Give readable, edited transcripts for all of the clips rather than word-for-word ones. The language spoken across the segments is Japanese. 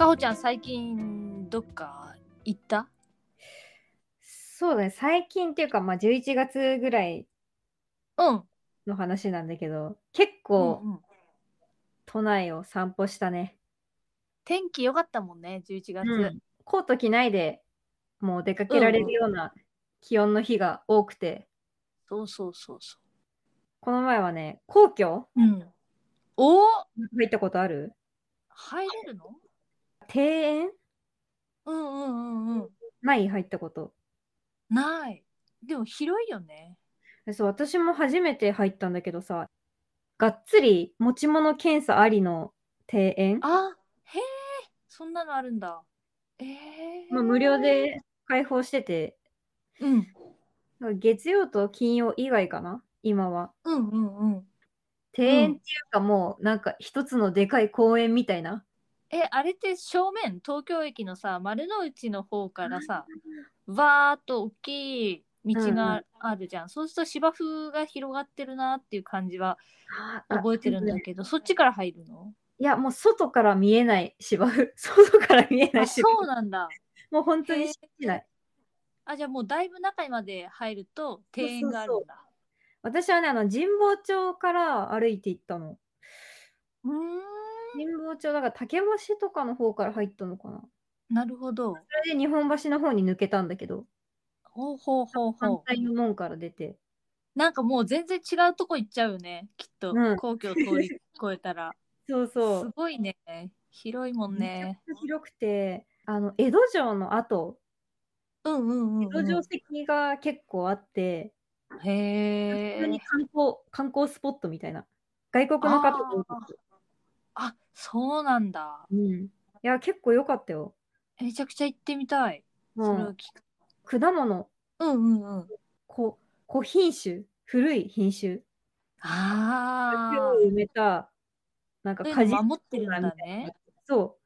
かほちゃん最近どっか行った？ そうだね、最近っていうか、11月ぐらいうんの話なんだけど、結構うんうん。 都内を散歩したね。 天気良かったもんね、11月。 うん。コート着ないでもう出かけられるうんうん。 ような気温の日が多くて、 そうそうそうそこの前はね、皇居う。うん。おー、 入ったことある？ 入れるの？ 庭園うんうんうんうん。 ない入ったこと。 ない。でも広いよね。 そう、私も初めて入ったんだけどさ、がっつり持ち物検査ありの庭園、 あ、へえ、そんなのあるんだ。 無料で開放してて、 うん月曜と金曜以外かな今は。 うんうんうん庭うん。 園っていうかもうなんか一つのでかい公園みたいな。 あれって正面、東京駅のさ、丸の内の方からさ、わーっと大きい道うんうん。 があるじゃん。そうすると芝生が広がってるなっていう感じは覚えてるんだけど、そっちから入るの？ いやもう外から見えない芝生。外から見えないあ、 芝生。 そうなんだ。 もう本当にへ敷地内。 え。あ、じゃあもうだいぶ中まで入るとそう庭園そうそう。 があるんだ。 私はね、神保町から歩いて行ったの。 うーん、 神保町だから竹橋とかの方から入ったのかな。 なるほど。 それで日本橋の方に抜けたんだけど、 ほうほうほう反ほ対の門から出て。 う。なんかもう全然違うとこ行っちゃうよね。きっとうん。 皇居を通り越えたら。 そうすそごいね。広いもう。 んめちゃくね。 ちゃ広くて、江戸城の後、 うんうん江戸うんう城跡が結構あって、 ん。へ普通にえ。 観光スポットみたいな。外国の方が多かった。 ああ。あ、そうなんだ。 うん。いや、結構良かったよ。 めちゃくちゃ行ってみたい。それをも聞く。 う、果物、 うんうんうん。 古品種、古い品種だけをああ、 埋めた、なんかそういうの果実守ってるんコーナーみたいなのがだね。 あって。そう。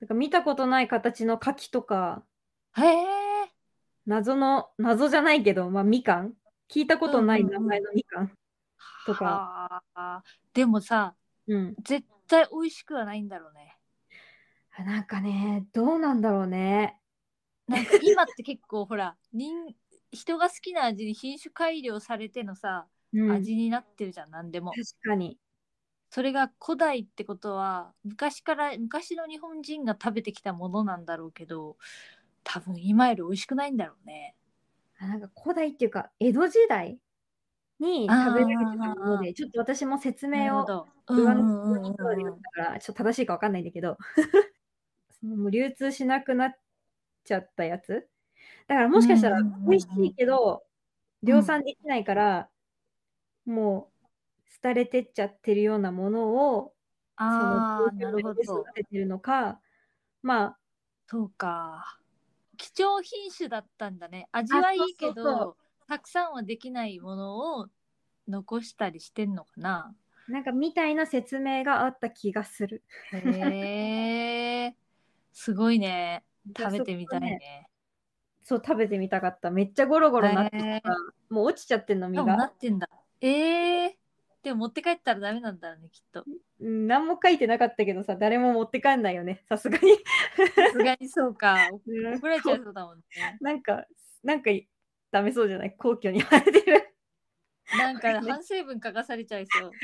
なんか見たことない形の柿とか、 へえ。 謎じゃないけど、みかん聞いたこうんとない名前うんうん。 のみかんとか、 はあ。でもさ、 うん。 絶対美味しくはないんだろうね。 なんかね、どうなんだろうね。 なんか今って結構ほら、人が好きな味に品種改良されてのさ、 うん。 味になってるじゃん、なんでも。 確かに。 それが古代ってことは、昔の日本人が食べてきたものなんだろうけど、多分今より美味しくないんだろうね。 なんか古代っていうか、江戸時代に食べられてたものああ、 で、ちょっと私も説明をなるほど。う上のんうんうん人でうんうん。 読んだから、ちょっと正しいかわかんないんだけど、もう流通しなくなっちゃったやつ。だからうもしかしたらんうん美味しいうんけど、 うん。 量うん。 産できないから、もう廃れてっちゃってるようなものを、そのああ、なるで育ほど。 ててるのか、まあ、 そうか。貴重品種だったんだね。味あ、そうはいいけそうそう。 ど、たくさんはできないものを残したりしてんのかな。 なんかみたいな説明があった気がする。 へえ、すごいね。 じゃあそこ食べてみたはね、 いね。 そう、食べてみたかった。めっちゃゴロゴへロなってるから、 え、 もう落ちちゃってんの、 でも実が。 なってんだ。でも持って帰ったらダメなんだろうね、きっと。 うん、何も書いてなかったけどさ、誰も持って帰んないよね、さすがに。 さすがにそうか。 うん、 怒られちゃいそうだもんね。 なんか、なんかダメそうじゃない？皇居に生えてる。 なんか反省文書かされちゃいそう。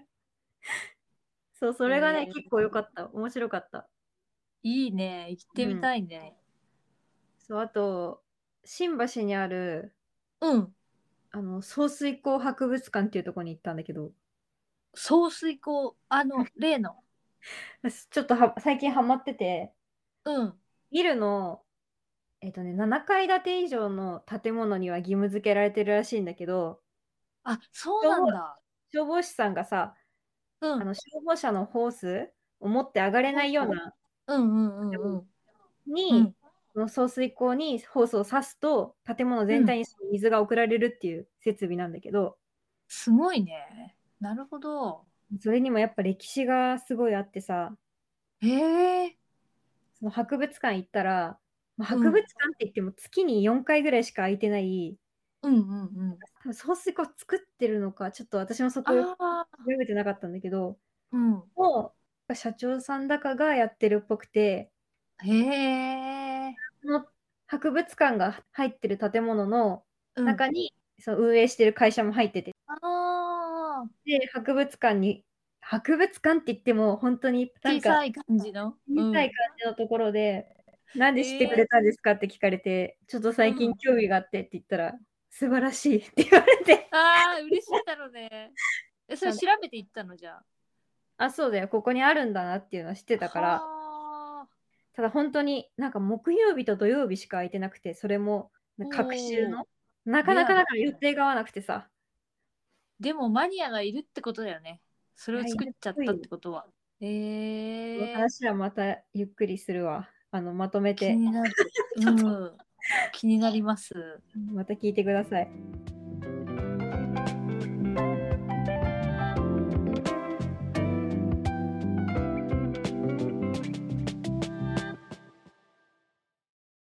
そう、それがね、 え結構良かった。面白かった。 いいね。行ってみうん。 たいね。 そう、あと、新橋にある、 うん。 送水工博物館っていうところに行ったんだけど、 送水口、例の。 私ちょっと最近ハマってて、 うん。 ビルの、7階建て以上の建物には義務付けられてるらしいんだけど、 あ、そう消防、 なんだ。 消防士さんがさ、 うん。 消防車のホースを持って上がれなほうほう。 いようなうんうんうんうん。うに、 ん。 その送水口にホースを刺すと、建物うん。 全体に水が送られるっていう設備なんだけど、 すごいね。なるほど。 それにもやっぱ歴史がすごいあってさ、 へえ。 その博物館行ったら、博物うん。 館って言っても月に4回ぐらいしか空いてない、 うんうんうん。 多分送水口作ってるのか、ちょっと私もそこよくああ。 調べてなかったんだけど、 うん。 もう社長さんだかがやってるっぽくて、 へえ。 その博物館が入ってる建物のうん。 中に、その運営してる会社も入ってて、 ああ、 で、博物館って言っても本当になんか小さい感じの。 小さいうん。 感じのところで、なんで知ってくれええ。 たんですかって聞かれて、ちょっと最近うん。 興味があってって言ったら、素晴らしいって言われて、 ああ、嬉しいだろうね。え、そちゃんれ調べていったのじゃあ。 あ、そうだよ、ここにあるんだなっていうのは知ってたから、 はあ。 ただ本当になんか木曜日と土曜日しか空いてなくて、それも隔週おお、 の、なかなかだから予レアだね。 定が合わなくてさ、 でもマニアがいるってことだよね。それをいや、い作っちゃったっるっぽいよ。 てことは。 このええ、 話はまたゆっくりするわ。まとめて、 気になる。 ちょっとうん。気になります。 また聞いてください。